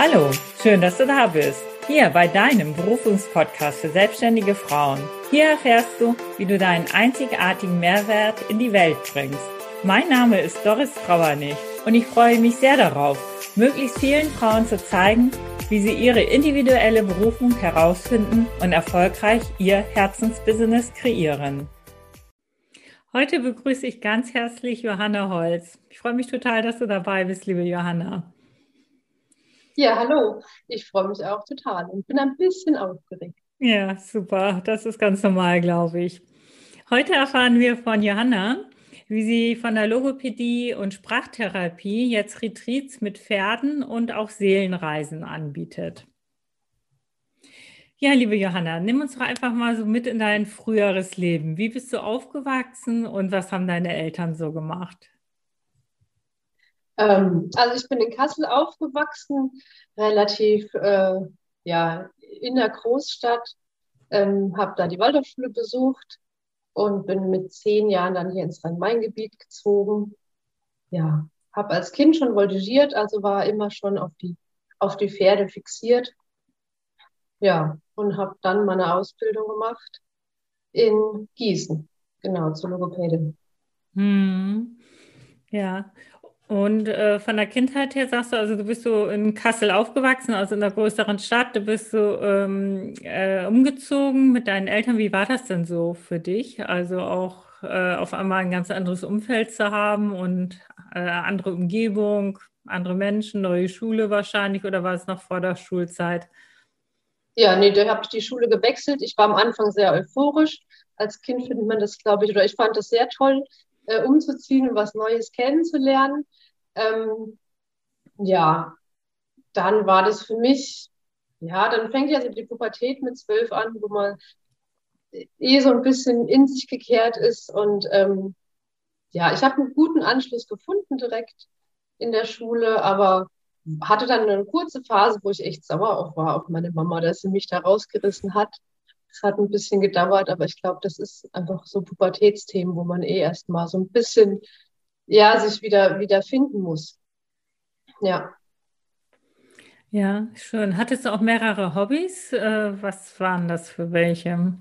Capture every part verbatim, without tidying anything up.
Hallo, schön, dass du da bist. Hier bei deinem Berufungspodcast für selbstständige Frauen. Hier erfährst du, wie du deinen einzigartigen Mehrwert in die Welt bringst. Mein Name ist Doris Trauernig und ich freue mich sehr darauf, möglichst vielen Frauen zu zeigen, wie sie ihre individuelle Berufung herausfinden und erfolgreich ihr Herzensbusiness kreieren. Heute begrüße ich ganz herzlich Johanna Holz. Ich freue mich total, dass du dabei bist, liebe Johanna. Ja, hallo. Ich freue mich auch total und bin ein bisschen aufgeregt. Ja, super. Das ist ganz normal, glaube ich. Heute erfahren wir von Johanna, wie sie von der Logopädie und Sprachtherapie jetzt Retreats mit Pferden und auch Seelenreisen anbietet. Ja, liebe Johanna, nimm uns doch einfach mal so mit in dein früheres Leben. Wie bist du aufgewachsen und was haben deine Eltern so gemacht? Ähm, also ich bin in Kassel aufgewachsen, relativ äh, ja, in der Großstadt, ähm, habe da die Waldorfschule besucht und bin mit zehn Jahren dann hier ins Rhein-Main-Gebiet gezogen. Ja, habe als Kind schon voltigiert, also war immer schon auf die, auf die Pferde fixiert. Ja, und habe dann meine Ausbildung gemacht in Gießen, genau, zur Logopädin. Hm, ja. Und äh, von der Kindheit her sagst du, also du bist so in Kassel aufgewachsen, also in einer größeren Stadt, du bist so ähm, äh, umgezogen mit deinen Eltern. Wie war das denn so für dich? Also auch äh, auf einmal ein ganz anderes Umfeld zu haben und äh, andere Umgebung, andere Menschen, neue Schule wahrscheinlich, oder war es noch vor der Schulzeit? Ja, nee, da habe ich die Schule gewechselt. Ich war am Anfang sehr euphorisch. Als Kind findet man das, glaube ich, oder ich fand das sehr toll, äh, umzuziehen und was Neues kennenzulernen. Ähm, ja, dann war das für mich, ja, dann fängt ja so die Pubertät mit zwölf an, wo man eh so ein bisschen in sich gekehrt ist. Und ähm, ja, ich habe einen guten Anschluss gefunden direkt in der Schule, aber hatte dann eine kurze Phase, wo ich echt sauer auch war auf meine Mama, dass sie mich da rausgerissen hat. Es hat ein bisschen gedauert, aber ich glaube, das ist einfach so Pubertätsthemen, wo man eh erstmal so ein bisschen, ja, sich wieder, wieder finden muss. Ja, Ja, schön. Hattest du auch mehrere Hobbys? Äh, was waren das für welche?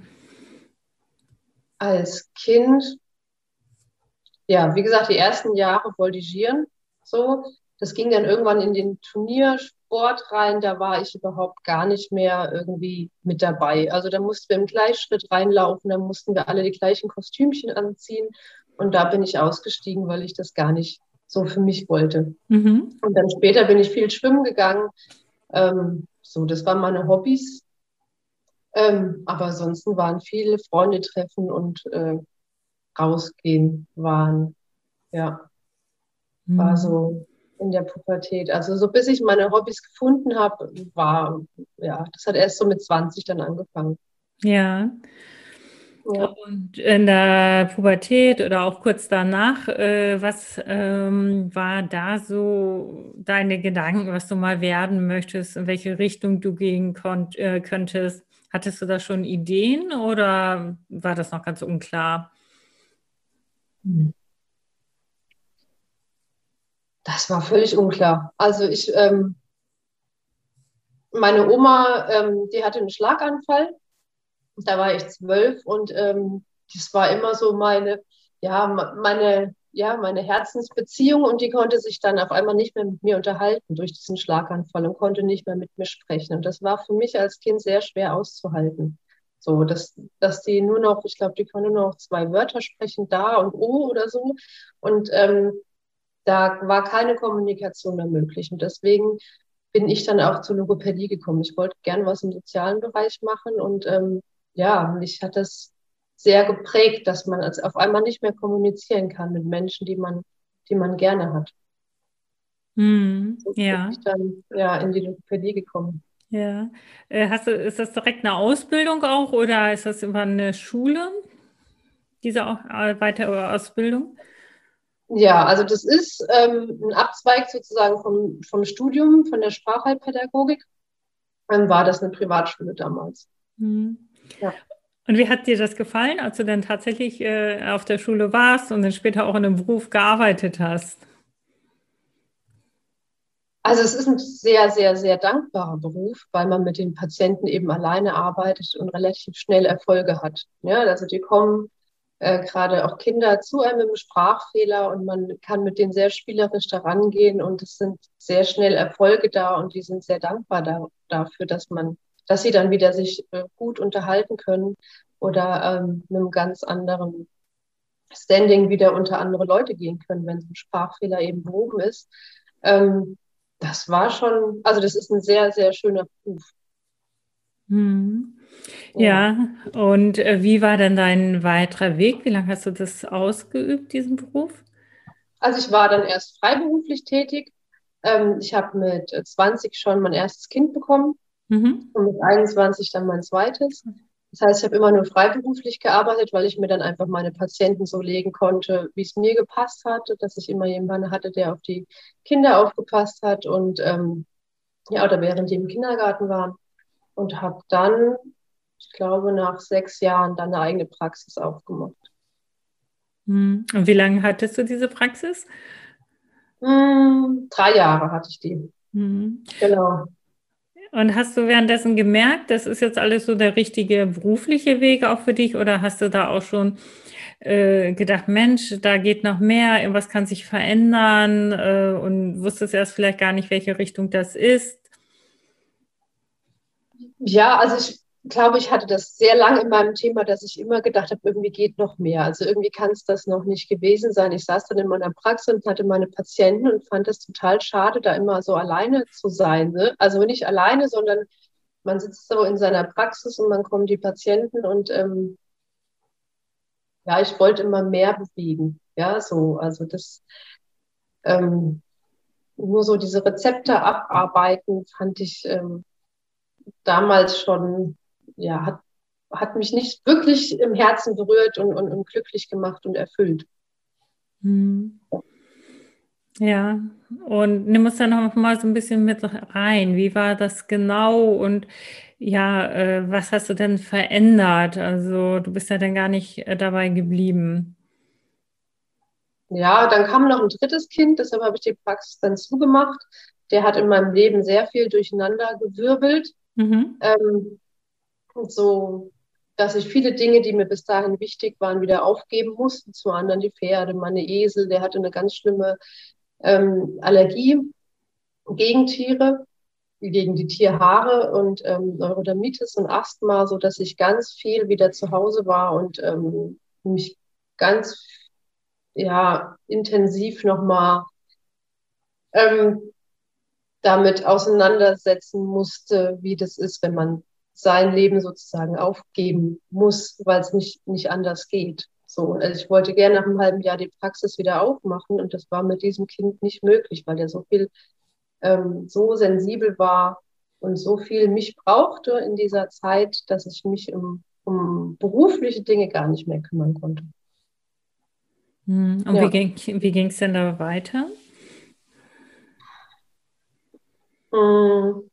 als Kind, ja, wie gesagt, die ersten Jahre voltigieren, so. Das ging dann irgendwann in den Turniersport rein, da war ich überhaupt gar nicht mehr irgendwie mit dabei. Also da mussten wir im Gleichschritt reinlaufen, da mussten wir alle die gleichen Kostümchen anziehen und da bin ich ausgestiegen, weil ich das gar nicht so für mich wollte. Mhm. Und dann später bin ich viel schwimmen gegangen. Ähm, so, das waren meine Hobbys. Ähm, aber ansonsten waren viele Freunde treffen und äh, rausgehen waren, ja, war Mhm. so in der Pubertät. Also so bis ich meine Hobbys gefunden habe, war, ja, das hat erst so mit zwanzig dann angefangen. Ja. Ja. Und in der Pubertät oder auch kurz danach, äh, was ähm, war da so deine Gedanken, was du mal werden möchtest, in welche Richtung du gehen konnt, äh, könntest? Hattest du da schon Ideen oder war das noch ganz unklar? Das war völlig unklar. Also ich, ähm, meine Oma, ähm, die hatte einen Schlaganfall. Da war ich zwölf und ähm, das war immer so meine, ja, meine, ja, meine Herzensbeziehung und die konnte sich dann auf einmal nicht mehr mit mir unterhalten durch diesen Schlaganfall und konnte nicht mehr mit mir sprechen. Und das war für mich als Kind sehr schwer auszuhalten. So, dass, dass die nur noch, ich glaube, die konnte nur noch zwei Wörter sprechen, da und oh oder so. Und ähm, da war keine Kommunikation mehr möglich. Und deswegen bin ich dann auch zur Logopädie gekommen. Ich wollte gern was im sozialen Bereich machen und ähm, ja, mich hat das sehr geprägt, dass man als auf einmal nicht mehr kommunizieren kann mit Menschen, die man, die man gerne hat. Hm, So bin ja, ich dann ja in die Logopädie gekommen. ja. Äh, hast du, ist das direkt eine Ausbildung auch oder ist das über eine Schule, diese auch, äh, weitere Ausbildung? Ja, also das ist ähm, ein Abzweig sozusagen vom, vom Studium, von der Sprachheilpädagogik. Dann war das eine Privatschule damals. Hm. Ja. Und wie hat dir das gefallen, als du dann tatsächlich äh, auf der Schule warst und dann später auch in einem Beruf gearbeitet hast? Also es ist ein sehr, sehr, sehr dankbarer Beruf, weil man mit den Patienten eben alleine arbeitet und relativ schnell Erfolge hat. Ja, also die kommen äh, gerade auch Kinder zu einem mit einem Sprachfehler und man kann mit denen sehr spielerisch daran gehen und es sind sehr schnell Erfolge da und die sind sehr dankbar da, dafür, dass man, dass sie dann wieder sich äh, gut unterhalten können oder ähm, mit einem ganz anderen Standing wieder unter andere Leute gehen können, wenn so ein Sprachfehler eben behoben ist. Ähm, das war schon, also das ist ein sehr, sehr schöner Beruf. Hm. Ja. Ja, und äh, wie war dann dein weiterer Weg? Wie lange hast du das ausgeübt, diesen Beruf? Also ich war dann erst freiberuflich tätig. Ähm, ich habe mit zwanzig schon mein erstes Kind bekommen Mhm. und mit einundzwanzig dann mein zweites. Das heißt, ich habe immer nur freiberuflich gearbeitet, weil ich mir dann einfach meine Patienten so legen konnte, wie es mir gepasst hat, dass ich immer jemanden hatte, der auf die Kinder aufgepasst hat und ähm, ja, oder während die im Kindergarten waren. Und habe dann, ich glaube, nach sechs Jahren dann eine eigene Praxis aufgemacht. Hm. Und wie lange hattest du diese Praxis? Hm, drei Jahre hatte ich die. Hm. Genau. Und hast du währenddessen gemerkt, das ist jetzt alles so der richtige berufliche Weg auch für dich, oder hast du da auch schon äh, gedacht, Mensch, da geht noch mehr, irgendwas kann sich verändern äh, und wusstest erst vielleicht gar nicht, welche Richtung das ist? Ja, also ich glaube, ich hatte das sehr lange in meinem Thema, dass ich immer gedacht habe, irgendwie geht noch mehr. Also irgendwie kann es das noch nicht gewesen sein. Ich saß dann in meiner Praxis und hatte meine Patienten und fand das total schade, da immer so alleine zu sein. Ne? Also nicht alleine, sondern man sitzt so in seiner Praxis und dann kommen die Patienten und ähm, ja, ich wollte immer mehr bewegen. Ja, so, also das ähm, nur so diese Rezepte abarbeiten, fand ich ähm, damals schon, ja, hat, hat mich nicht wirklich im Herzen berührt und, und, und glücklich gemacht und erfüllt. Hm. Ja, und nimm uns dann noch mal so ein bisschen mit rein. Wie war das genau und ja, äh, was hast du denn verändert? Also du bist ja dann gar nicht äh, dabei geblieben. Ja, dann kam noch ein drittes Kind, deshalb habe ich die Praxis dann zugemacht. Der hat in meinem Leben sehr viel durcheinander gewirbelt. Mhm. Ähm, so, dass ich viele Dinge, die mir bis dahin wichtig waren, wieder aufgeben musste. Zu anderen die Pferde, meine Esel, der hatte eine ganz schlimme ähm, Allergie gegen Tiere, gegen die Tierhaare und ähm, Neurodermitis und Asthma, so dass ich ganz viel wieder zu Hause war und ähm, mich ganz ja intensiv nochmal ähm, damit auseinandersetzen musste, wie das ist, wenn man sein Leben sozusagen aufgeben muss, weil es nicht, nicht anders geht. So, also ich wollte gerne nach einem halben Jahr die Praxis wieder aufmachen und das war mit diesem Kind nicht möglich, weil er so viel, ähm, so sensibel war und so viel mich brauchte in dieser Zeit, dass ich mich um, um berufliche Dinge gar nicht mehr kümmern konnte. Hm. Und wie Ja. ging, wie ging es denn da weiter? Mm.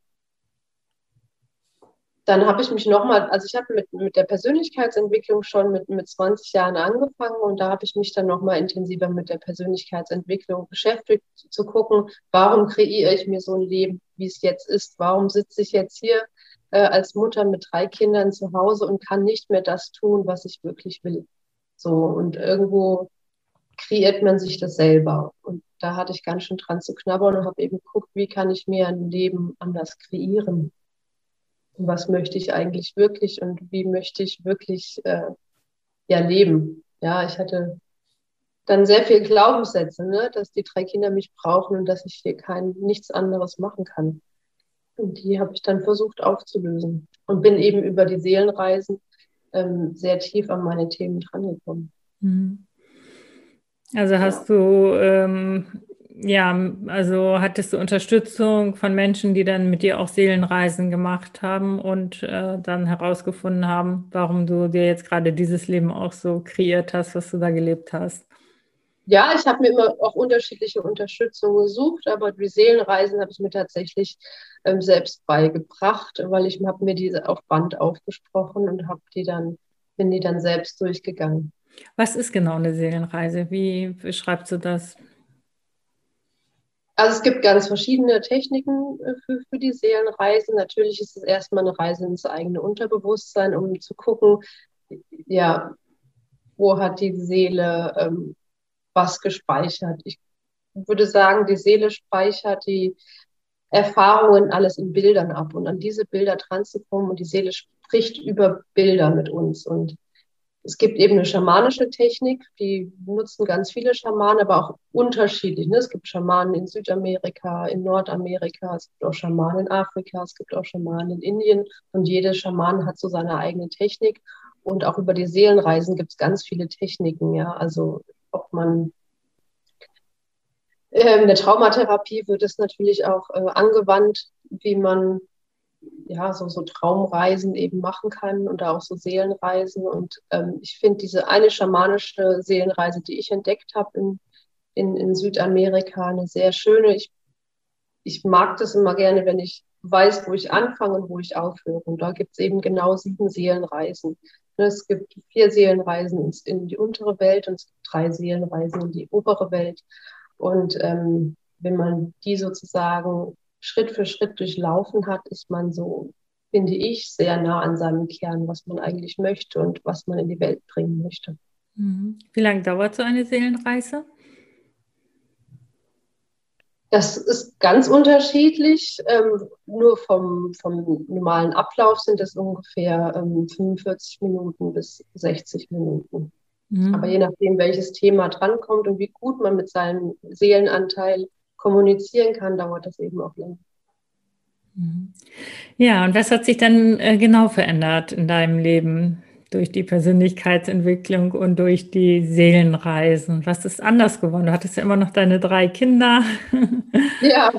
Dann habe ich mich nochmal, also ich habe mit, mit der Persönlichkeitsentwicklung schon mit, mit zwanzig Jahren angefangen und da habe ich mich dann nochmal intensiver mit der Persönlichkeitsentwicklung beschäftigt, zu gucken, warum kreiere ich mir so ein Leben, wie es jetzt ist? Warum sitze ich jetzt hier äh, als Mutter mit drei Kindern zu Hause und kann nicht mehr das tun, was ich wirklich will? So, und irgendwo kreiert man sich das selber. Und da hatte ich ganz schön dran zu knabbern und habe eben geguckt, wie kann ich mir ein Leben anders kreieren? Was möchte ich eigentlich wirklich und wie möchte ich wirklich äh, ja leben. Ja, ich hatte dann sehr viel Glaubenssätze, ne, dass die drei Kinder mich brauchen und dass ich hier kein nichts anderes machen kann. Und die habe ich dann versucht aufzulösen und bin eben über die Seelenreisen ähm, sehr tief an meine Themen drangekommen. Hm. Also Ja. hast du, ähm, ja, also hattest du Unterstützung von Menschen, die dann mit dir auch Seelenreisen gemacht haben und äh, dann herausgefunden haben, warum du dir jetzt gerade dieses Leben auch so kreiert hast, was du da gelebt hast. Ja, ich habe mir immer auch unterschiedliche Unterstützung gesucht, aber die Seelenreisen habe ich mir tatsächlich ähm, selbst beigebracht, weil ich habe mir diese auf Band aufgesprochen und habe die dann, bin die dann selbst durchgegangen. Was ist genau eine Seelenreise? Wie beschreibst du das? Also es gibt ganz verschiedene Techniken äh, für, für die Seelenreise. Natürlich ist es erstmal eine Reise ins eigene Unterbewusstsein, um zu gucken, ja, wo hat die Seele ähm, was gespeichert. Ich würde sagen, die Seele speichert die Erfahrungen alles in Bildern ab und an diese Bilder dran zu kommen und die Seele spricht über Bilder mit uns. Und es gibt eben eine schamanische Technik, die nutzen ganz viele Schamanen, aber auch unterschiedlich. Ne? Es gibt Schamanen in Südamerika, in Nordamerika, es gibt auch Schamanen in Afrika, es gibt auch Schamanen in Indien und jeder Schaman hat so seine eigene Technik. Und auch über die Seelenreisen gibt es ganz viele Techniken, ja. Also ob man äh, in der Traumatherapie wird es natürlich auch äh, angewandt, wie man ja, so, so Traumreisen eben machen kann und auch so Seelenreisen. Und ähm, ich finde diese eine schamanische Seelenreise, die ich entdeckt habe in, in, in Südamerika, eine sehr schöne. Ich, ich mag das immer gerne, wenn ich weiß, wo ich anfange und wo ich aufhöre. Und da gibt es eben genau sieben Seelenreisen. Es gibt vier Seelenreisen ins, in die untere Welt und es gibt drei Seelenreisen in die obere Welt. Und ähm, wenn man die sozusagen Schritt für Schritt durchlaufen hat, ist man so, finde ich, sehr nah an seinem Kern, was man eigentlich möchte und was man in die Welt bringen möchte. Mhm. Wie lange dauert so eine Seelenreise? Das ist ganz unterschiedlich. Ähm, nur vom, vom normalen Ablauf sind es ungefähr ähm, fünfundvierzig Minuten bis sechzig Minuten. Mhm. Aber je nachdem, welches Thema drankommt und wie gut man mit seinem Seelenanteil kommunizieren kann, dauert das eben auch länger. Ja, und was hat sich dann äh, genau verändert in deinem Leben durch die Persönlichkeitsentwicklung und durch die Seelenreisen? Was ist anders geworden? Du hattest ja immer noch deine drei Kinder. Ja,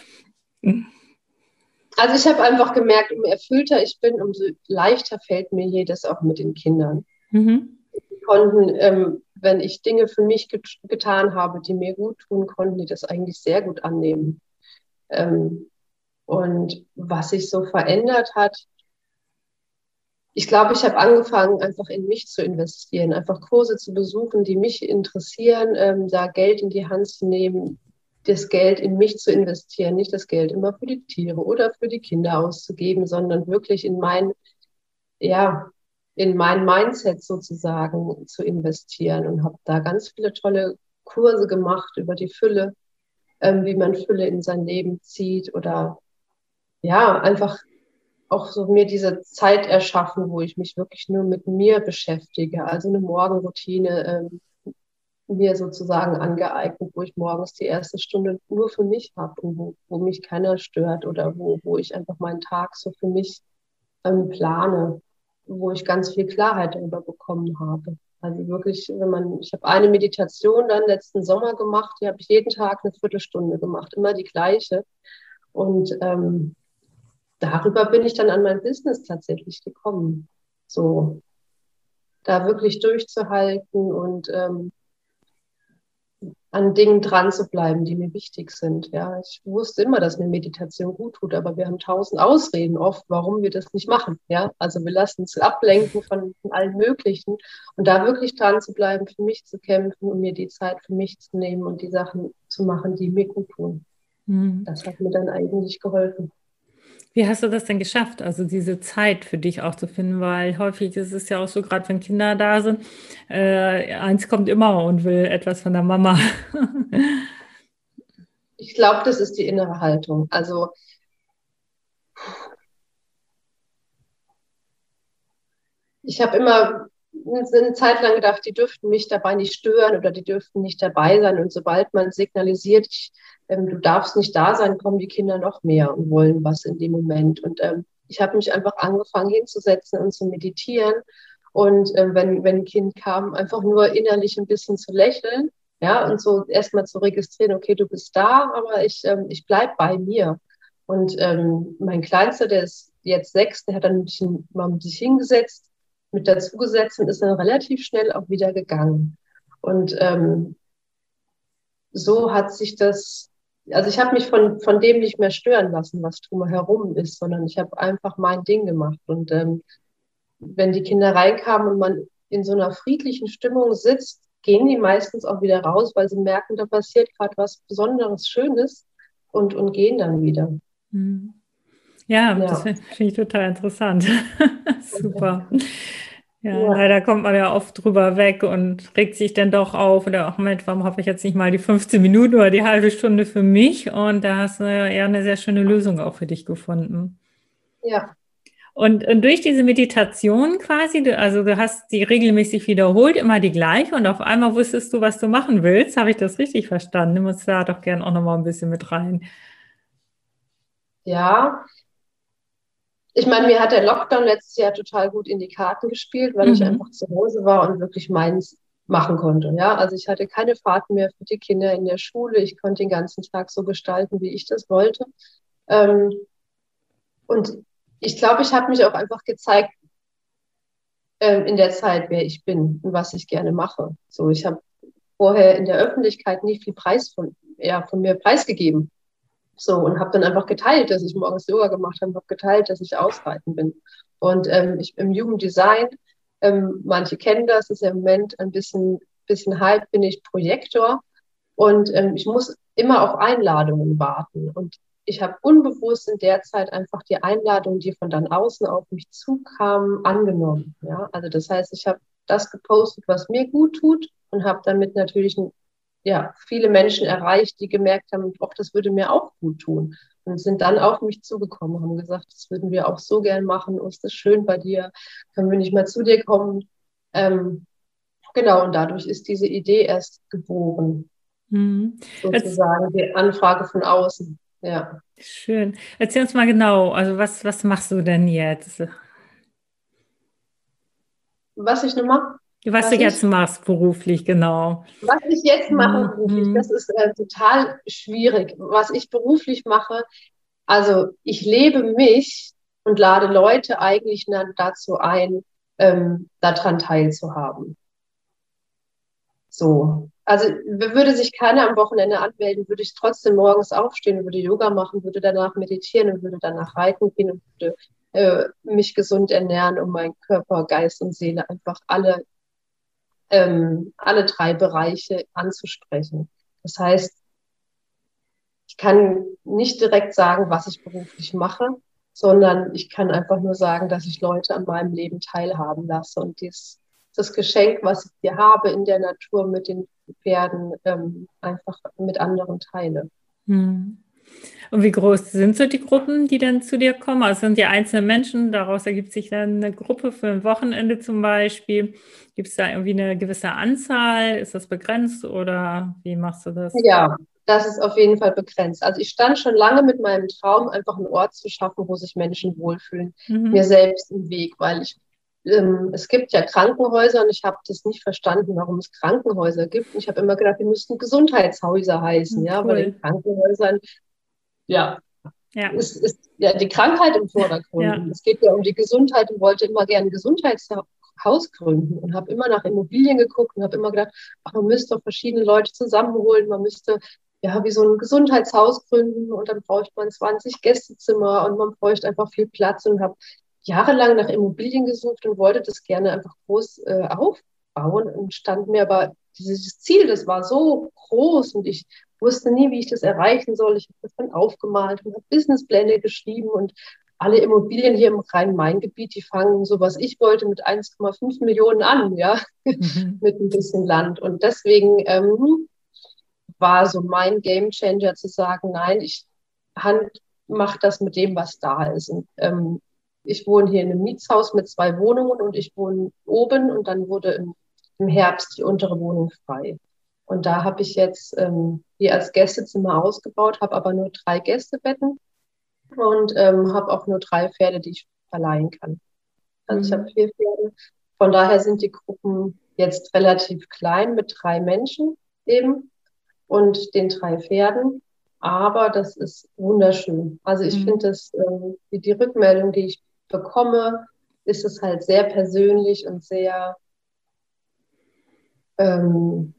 also ich habe einfach gemerkt, umso erfüllter ich bin, umso leichter fällt mir jedes auch mit den Kindern. Mhm. Die konnten, ähm, wenn ich Dinge für mich get getan habe, die mir gut tun, konnten die das eigentlich sehr gut annehmen. Ähm, und was sich so verändert hat, ich glaube, ich habe angefangen, einfach in mich zu investieren, einfach Kurse zu besuchen, die mich interessieren, ähm, da Geld in die Hand zu nehmen, das Geld in mich zu investieren, nicht das Geld immer für die Tiere oder für die Kinder auszugeben, sondern wirklich in mein, ja, in mein Mindset sozusagen zu investieren und habe da ganz viele tolle Kurse gemacht über die Fülle, ähm, wie man Fülle in sein Leben zieht oder ja, einfach auch so mir diese Zeit erschaffen, wo ich mich wirklich nur mit mir beschäftige. Also eine Morgenroutine ähm, mir sozusagen angeeignet, wo ich morgens die erste Stunde nur für mich habe und wo, wo mich keiner stört oder wo, wo ich einfach meinen Tag so für mich ähm, plane, wo ich ganz viel Klarheit darüber bekommen habe. Also wirklich, wenn man, ich habe eine Meditation dann letzten Sommer gemacht, die habe ich jeden Tag eine Viertelstunde gemacht, immer die gleiche. Und ähm, darüber bin ich dann an mein Business tatsächlich gekommen. So, da wirklich durchzuhalten und ähm, an Dingen dran zu bleiben, die mir wichtig sind. Ja, ich wusste immer, dass mir Meditation gut tut, aber wir haben tausend Ausreden oft, warum wir das nicht machen. Ja, also wir lassen uns ablenken von, von allen Möglichen und da wirklich dran zu bleiben, für mich zu kämpfen und mir die Zeit für mich zu nehmen und die Sachen zu machen, die mir gut tun. Mhm. Das hat mir dann eigentlich geholfen. Wie hast du das denn geschafft, also diese Zeit für dich auch zu finden? Weil häufig ist es ja auch so, gerade wenn Kinder da sind, äh, eins kommt immer und will etwas von der Mama. Ich glaube, das ist die innere Haltung. Also ich habe immer eine Zeit lang gedacht, die dürften mich dabei nicht stören oder die dürften nicht dabei sein. Und sobald man signalisiert, ich, ähm, du darfst nicht da sein, kommen die Kinder noch mehr und wollen was in dem Moment. Und ähm, ich habe mich einfach angefangen hinzusetzen und zu meditieren. Und äh, wenn, wenn ein Kind kam, einfach nur innerlich ein bisschen zu lächeln, ja, und so erstmal zu registrieren, okay, du bist da, aber ich, ähm, ich bleib bei mir. Und ähm, mein Kleinster, der ist jetzt sechs, der hat dann ein bisschen mal mit sich hingesetzt, mit dazugesetzt und ist dann relativ schnell auch wieder gegangen. Und ähm, so hat sich das, also ich habe mich von, von dem nicht mehr stören lassen, was drumherum ist, sondern ich habe einfach mein Ding gemacht. Und ähm, wenn die Kinder reinkamen und man in so einer friedlichen Stimmung sitzt, gehen die meistens auch wieder raus, weil sie merken, da passiert gerade was Besonderes, Schönes. und, und gehen dann wieder. Mhm. Ja, das Ja. finde find ich total interessant. Super. Ja, Ja, leider kommt man ja oft drüber weg und regt sich dann doch auf oder ach Mensch, warum habe ich jetzt nicht mal die fünfzehn Minuten oder die halbe Stunde für mich? Und da hast du ja eher eine sehr schöne Lösung auch für dich gefunden. ja, Und, und durch diese Meditation quasi, du, also du hast die regelmäßig wiederholt, immer die gleiche und auf einmal wusstest du, was du machen willst. Habe ich das richtig verstanden? Nimm uns da doch gern auch nochmal ein bisschen mit rein. ja. Ich meine, mir hat der Lockdown letztes Jahr total gut in die Karten gespielt, weil ich einfach Mhm. zu Hause war und wirklich meins machen konnte. Ja, also ich hatte keine Fahrten mehr für die Kinder in der Schule. Ich konnte den ganzen Tag so gestalten, wie ich das wollte. Ähm, und ich glaube, ich habe mich auch einfach gezeigt, ähm, in der Zeit, wer ich bin und was ich gerne mache. So, ich habe vorher in der Öffentlichkeit nie viel Preis von, ja, von mir preisgegeben. So, und habe dann einfach geteilt, dass ich morgens Yoga gemacht habe, habe geteilt, dass ich ausreiten bin. Und ähm, ich im Jugenddesign, ähm, manche kennen das, ist ja im Moment ein bisschen, bisschen Hype, bin ich Projektor. Und ähm, ich muss immer auf Einladungen warten. Und ich habe unbewusst in der Zeit einfach die Einladungen, die von dann außen auf mich zukamen, angenommen. Ja? Also das heißt, ich habe das gepostet, was mir gut tut und habe damit natürlich ja, viele Menschen erreicht, die gemerkt haben, auch das würde mir auch gut tun. Und sind dann auf mich zugekommen, haben gesagt, das würden wir auch so gern machen. Oh, ist das schön bei dir? Können wir nicht mal zu dir kommen? Ähm, genau, und dadurch ist diese Idee erst geboren, Mhm. Jetzt, sozusagen, die Anfrage von außen. Ja. schön. Erzähl uns mal genau, also was, was machst du denn jetzt? Was ich nur mache, Was du was jetzt ich machst beruflich, genau. Was ich jetzt mache beruflich, das Mhm. ist äh, total schwierig. Was ich beruflich mache, also ich lebe mich und lade Leute eigentlich na- dazu ein, ähm, daran teilzuhaben. So. Also w- würde sich keiner am Wochenende anmelden, würde ich trotzdem morgens aufstehen, würde Yoga machen, würde danach meditieren und würde danach reiten gehen und würde äh, mich gesund ernähren, um meinen Körper, Geist und Seele einfach alle ähm, alle drei Bereiche anzusprechen. Das heißt, ich kann nicht direkt sagen, was ich beruflich mache, sondern ich kann einfach nur sagen, dass ich Leute an meinem Leben teilhaben lasse und dies, das Geschenk, was ich hier habe in der Natur mit den Pferden, ähm, einfach mit anderen teile. Mhm. Und wie groß sind so die Gruppen, die dann zu dir kommen? Also sind die einzelnen Menschen, daraus ergibt sich dann eine Gruppe für ein Wochenende zum Beispiel. Gibt es da irgendwie eine gewisse Anzahl? Ist das begrenzt oder wie machst du das? Ja, das ist auf jeden Fall begrenzt. Also ich stand schon lange mit meinem Traum, einfach einen Ort zu schaffen, wo sich Menschen wohlfühlen, mir Mhm. selbst im Weg, weil ich, ähm, es gibt ja Krankenhäuser und ich habe das nicht verstanden, warum es Krankenhäuser gibt. Und ich habe immer gedacht, die müssten Gesundheitshäuser heißen, Hm, ja, weil in cool. Krankenhäusern, ja, Ja, ist, ist ja die Krankheit im Vordergrund. ja. Und es geht ja um die Gesundheit und wollte immer gerne ein Gesundheitshaus gründen und habe immer nach Immobilien geguckt und habe immer gedacht, ach, man müsste doch verschiedene Leute zusammenholen, man müsste ja wie so ein Gesundheitshaus gründen und dann bräuchte man zwanzig Gästezimmer und man bräuchte einfach viel Platz und habe jahrelang nach Immobilien gesucht und wollte das gerne einfach groß äh, aufbauen und stand mir aber dieses Ziel, das war so groß und ich wusste nie, wie ich das erreichen soll. Ich habe das dann aufgemalt und habe Businesspläne geschrieben und alle Immobilien hier im Rhein-Main-Gebiet, die fangen so, was ich wollte, mit eins Komma fünf Millionen an, ja, Mhm. mit ein bisschen Land. Und deswegen ähm, war so mein Gamechanger zu sagen, nein, ich mache das mit dem, was da ist. Und ähm, ich wohne hier in einem Mietshaus mit zwei Wohnungen und ich wohne oben und dann wurde im, im Herbst die untere Wohnung frei. Und da habe ich jetzt ähm, die als Gästezimmer ausgebaut, habe aber nur drei Gästebetten und ähm, habe auch nur drei Pferde, die ich verleihen kann. Also ich habe Mhm. vier Pferde. Von daher sind die Gruppen jetzt relativ klein mit drei Menschen eben und den drei Pferden. Aber das ist wunderschön. Also ich Mhm. finde das, ähm, die, die Rückmeldung, die ich bekomme, ist es halt sehr persönlich und sehr, ähm,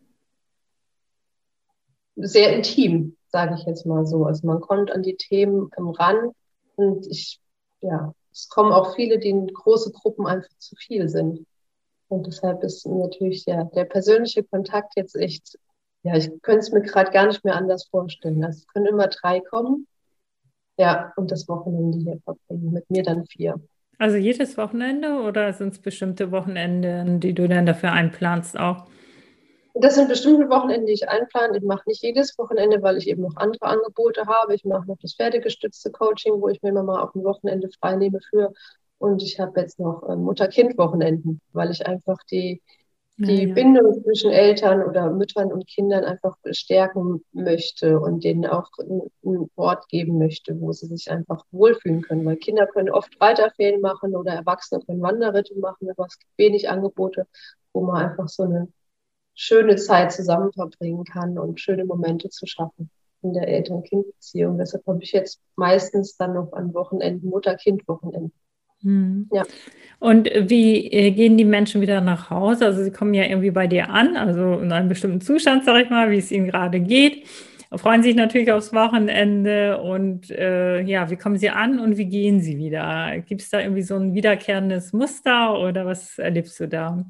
sehr intim, sage ich jetzt mal so. Also man kommt an die Themen ähm, ran und ich, ja, es kommen auch viele, denen große Gruppen einfach zu viel sind. Und deshalb ist natürlich ja, der persönliche Kontakt jetzt echt Ja, ich könnte es mir gerade gar nicht mehr anders vorstellen. Also es können immer drei kommen. Ja, und das Wochenende hier verbringen. Mit mir dann vier. Also jedes Wochenende oder sind es bestimmte Wochenenden, die du dann dafür einplanst auch? Das sind bestimmte Wochenenden, die ich einplane. Ich mache nicht jedes Wochenende, weil ich eben noch andere Angebote habe. Ich mache noch das pferdegestützte Coaching, wo ich mir immer mal auf ein Wochenende frei nehme für. Und ich habe jetzt noch ähm, Mutter-Kind-Wochenenden, weil ich einfach die, Ja, die ja. Bindung zwischen Eltern oder Müttern und Kindern einfach stärken möchte und denen auch einen, einen Ort geben möchte, wo sie sich einfach wohlfühlen können. Weil Kinder können oft Reiterferien machen oder Erwachsene können Wanderritte machen, aber es gibt wenig Angebote, wo man einfach so eine schöne Zeit zusammen verbringen kann und schöne Momente zu schaffen in der Eltern-Kind-Beziehung. Deshalb habe ich jetzt meistens dann noch an Wochenenden Mutter-Kind-Wochenenden. Hm. Ja. Und wie äh, gehen die Menschen wieder nach Hause? Also sie kommen ja irgendwie bei dir an, also in einem bestimmten Zustand, sag ich mal, wie es ihnen gerade geht. Freuen sich natürlich aufs Wochenende und äh, ja, wie kommen sie an und wie gehen sie wieder? Gibt es da irgendwie so ein wiederkehrendes Muster oder was erlebst du da?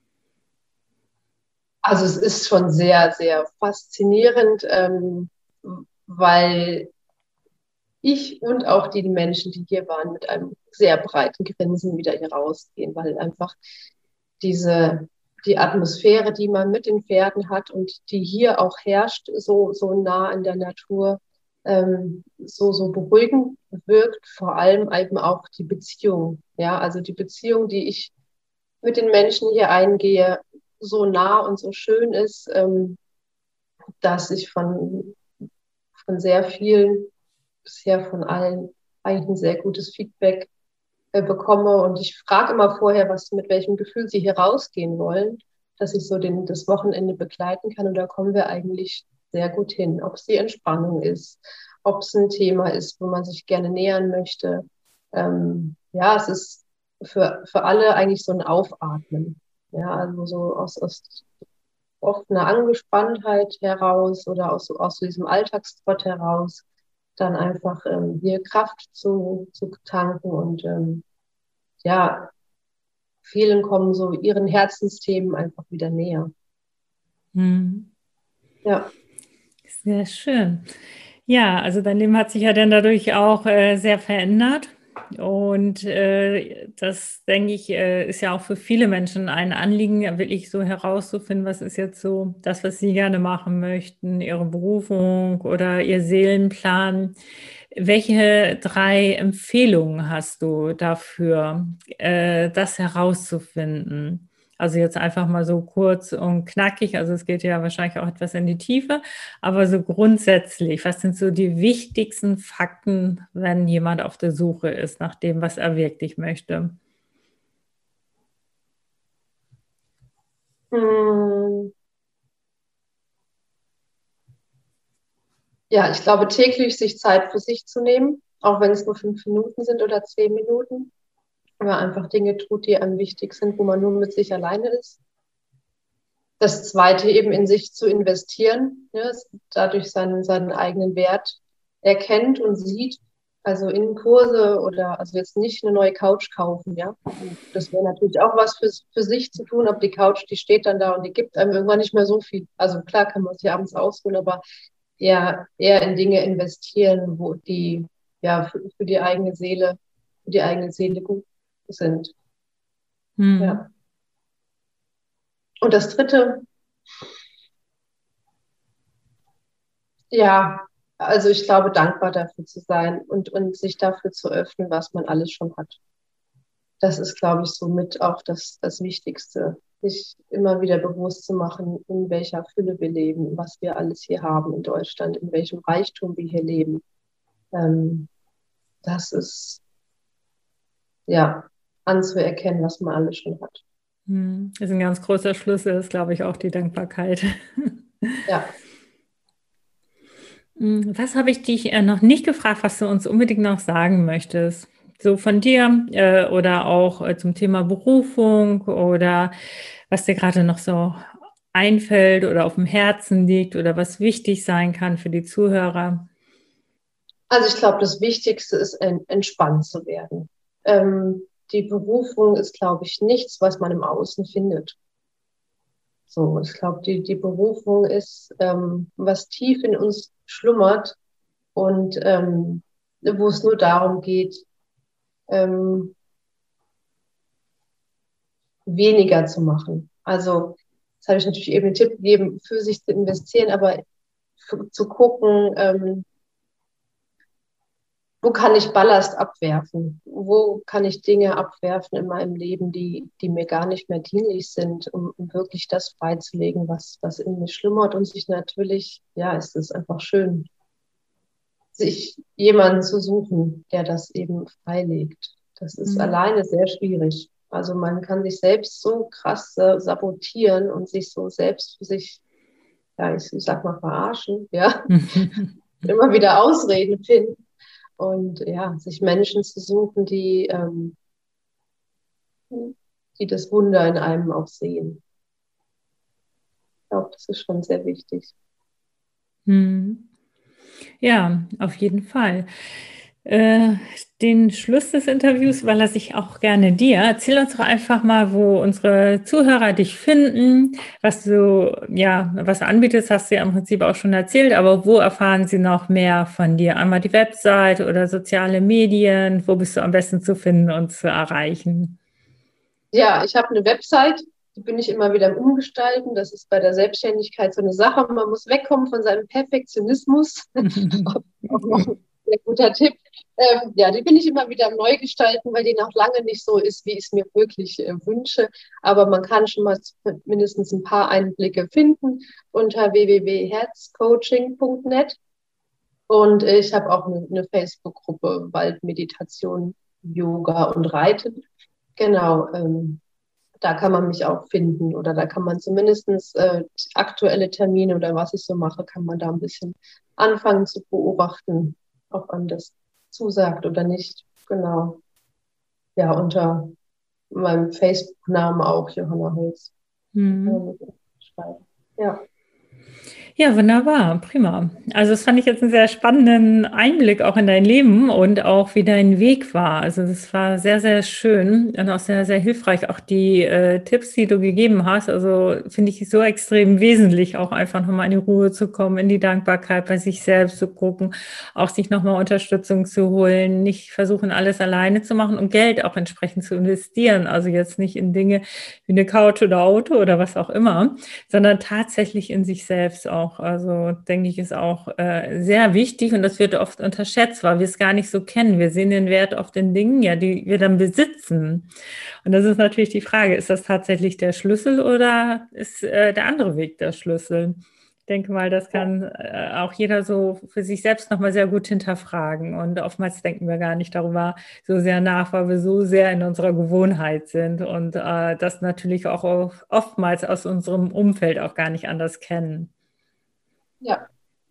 Also es ist schon sehr, sehr faszinierend, ähm, weil ich und auch die Menschen, die hier waren, mit einem sehr breiten Grinsen wieder hier rausgehen, weil einfach diese, die Atmosphäre, die man mit den Pferden hat und die hier auch herrscht, so, so nah in der Natur, ähm, so, so beruhigend wirkt, vor allem eben auch die Beziehung. Ja, also die Beziehung, die ich mit den Menschen hier eingehe, so nah und so schön ist, ähm, dass ich von, von sehr vielen, bisher von allen, eigentlich ein sehr gutes Feedback äh, bekomme. Und ich frage immer vorher, was, mit welchem Gefühl sie hier rausgehen wollen, dass ich so den, das Wochenende begleiten kann. Und da kommen wir eigentlich sehr gut hin. Ob es die Entspannung ist, ob es ein Thema ist, wo man sich gerne nähern möchte. Ähm, ja, es ist für, für alle eigentlich so ein Aufatmen. Ja, also so aus, aus oft einer Angespanntheit heraus oder aus, aus diesem Alltagstrott heraus dann einfach ähm, hier Kraft zu, zu tanken und ähm, ja, vielen kommen so ihren Herzensthemen einfach wieder näher. Hm. Ja. Sehr schön. Ja, also dein Leben hat sich ja dann dadurch auch äh, sehr verändert. Und äh, das, denke ich, äh, ist ja auch für viele Menschen ein Anliegen, ja wirklich so herauszufinden, was ist jetzt so das, was sie gerne machen möchten, ihre Berufung oder ihr Seelenplan. Welche drei Empfehlungen hast du dafür, äh, das herauszufinden? Also jetzt einfach mal so kurz und knackig, also es geht ja wahrscheinlich auch etwas in die Tiefe, aber so grundsätzlich, was sind so die wichtigsten Fakten, wenn jemand auf der Suche ist nach dem, was er wirklich möchte? Hm. Ja, ich glaube, täglich sich Zeit für sich zu nehmen, auch wenn es nur fünf Minuten sind oder zehn Minuten, wenn man einfach Dinge tut, die einem wichtig sind, wo man nur mit sich alleine ist. Das Zweite eben in sich zu investieren, ja, dadurch seinen, seinen eigenen Wert erkennt und sieht. Also in Kurse oder also jetzt nicht eine neue Couch kaufen, ja. Das wäre natürlich auch was für, für sich zu tun, aber die Couch, die steht dann da und die gibt einem irgendwann nicht mehr so viel. Also klar kann man sich abends ausruhen, aber eher, eher in Dinge investieren, wo die ja für, für die eigene Seele, für die eigene Seele gut sind. Hm. Ja. Und das Dritte, ja, also ich glaube, dankbar dafür zu sein und, und sich dafür zu öffnen, was man alles schon hat. Das ist, glaube ich, somit auch das, das Wichtigste, sich immer wieder bewusst zu machen, in welcher Fülle wir leben, was wir alles hier haben in Deutschland, in welchem Reichtum wir hier leben. Ähm, das ist, ja, anzuerkennen, was man alles schon hat. Hm. Das ist ein ganz großer Schlüssel, ist, glaube ich, auch die Dankbarkeit. Ja. Hm, Was habe ich dich äh, noch nicht gefragt, was du uns unbedingt noch sagen möchtest? So von dir äh, oder auch äh, zum Thema Berufung oder was dir gerade noch so einfällt oder auf dem Herzen liegt oder was wichtig sein kann für die Zuhörer. Also ich glaube, das Wichtigste ist, entspannt zu werden. Ähm, die Berufung ist, glaube ich, nichts, was man im Außen findet. So, ich glaube, die, die Berufung ist, ähm, was tief in uns schlummert und ähm, wo es nur darum geht, ähm, weniger zu machen. Also, das habe ich natürlich eben den Tipp gegeben, für sich zu investieren, aber zu gucken, ähm, wo kann ich Ballast abwerfen? Wo kann ich Dinge abwerfen in meinem Leben, die, die mir gar nicht mehr dienlich sind, um, um wirklich das freizulegen, was, was in mir schlummert und sich natürlich, ja, es ist einfach schön, sich jemanden zu suchen, der das eben freilegt. Das ist mhm. alleine sehr schwierig. Also man kann sich selbst so krass äh, sabotieren und sich so selbst für sich, ja, ich, ich sag mal verarschen, ja, immer wieder Ausreden finden. Und ja, sich Menschen zu suchen, die, ähm, die das Wunder in einem auch sehen. Ich glaube, das ist schon sehr wichtig. Hm. Ja, auf jeden Fall. Äh, den Schluss des Interviews überlasse ich auch gerne dir. Erzähl uns doch einfach mal, wo unsere Zuhörer dich finden, was du, ja, was du anbietest, hast du ja im Prinzip auch schon erzählt, aber wo erfahren sie noch mehr von dir? Einmal die Website oder soziale Medien, wo bist du am besten zu finden und zu erreichen? Ja, ich habe eine Website, die bin ich immer wieder im Umgestalten. Das ist bei der Selbstständigkeit so eine Sache. Man muss wegkommen von seinem Perfektionismus. Auch noch ein sehr guter Tipp. Ähm, ja, die bin ich immer wieder am Neugestalten, weil die noch lange nicht so ist, wie ich es mir wirklich äh, wünsche. Aber man kann schon mal mindestens ein paar Einblicke finden unter w w w punkt herzcoaching punkt net. Und ich habe auch eine, eine Facebook-Gruppe Waldmeditation, Yoga und Reiten. Genau, ähm, da kann man mich auch finden oder da kann man zumindest äh, aktuelle Termine oder was ich so mache, kann man da ein bisschen anfangen zu beobachten, ob einem das zusagt oder nicht. Genau. Ja, unter meinem Facebook-Namen auch, Johanna Holz. Mhm. Ja. Ja, wunderbar, prima. Also das fand ich jetzt einen sehr spannenden Einblick auch in dein Leben und auch wie dein Weg war. Also das war sehr, sehr schön und auch sehr, sehr hilfreich. Auch die äh, Tipps, die du gegeben hast, also finde ich so extrem wesentlich, auch einfach nochmal in die Ruhe zu kommen, in die Dankbarkeit bei sich selbst zu gucken, auch sich nochmal Unterstützung zu holen, nicht versuchen, alles alleine zu machen und Geld auch entsprechend zu investieren. Also jetzt nicht in Dinge wie eine Couch oder Auto oder was auch immer, sondern tatsächlich in sich selbst auch. Also denke ich, ist auch äh, sehr wichtig und das wird oft unterschätzt, weil wir es gar nicht so kennen. Wir sehen den Wert auf den Dingen, ja, die wir dann besitzen. Und das ist natürlich die Frage, ist das tatsächlich der Schlüssel oder ist äh, der andere Weg der Schlüssel? Ich denke mal, das kann äh, auch jeder so für sich selbst nochmal sehr gut hinterfragen. Und oftmals denken wir gar nicht darüber so sehr nach, weil wir so sehr in unserer Gewohnheit sind und äh, das natürlich auch oftmals aus unserem Umfeld auch gar nicht anders kennen. Ja.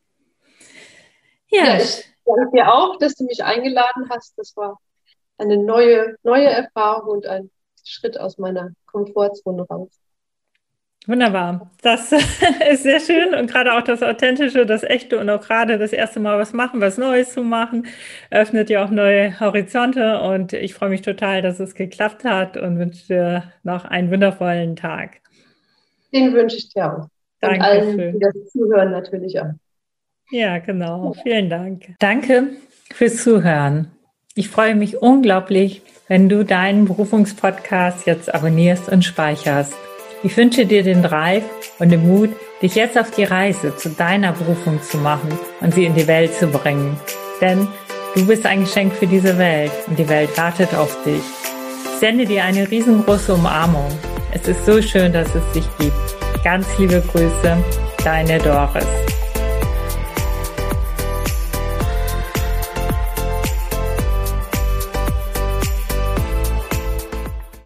ja. Ja, ich danke dir auch, dass du mich eingeladen hast. Das war eine neue, neue Erfahrung und ein Schritt aus meiner Komfortzone raus. Wunderbar. Das ist sehr schön und gerade auch das Authentische, das Echte und auch gerade das erste Mal was machen, was Neues zu machen, öffnet ja auch neue Horizonte und ich freue mich total, dass es geklappt hat und wünsche dir noch einen wundervollen Tag. Den wünsche ich dir auch. Und Danke allen, schön. die das zuhören, natürlich auch. Ja, genau. Vielen Dank. Danke fürs Zuhören. Ich freue mich unglaublich, wenn du deinen Berufungspodcast jetzt abonnierst und speicherst. Ich wünsche dir den Drive und den Mut, dich jetzt auf die Reise zu deiner Berufung zu machen und sie in die Welt zu bringen. Denn du bist ein Geschenk für diese Welt und die Welt wartet auf dich. Ich sende dir eine riesengroße Umarmung. Es ist so schön, dass es dich gibt. Ganz liebe Grüße, deine Doris.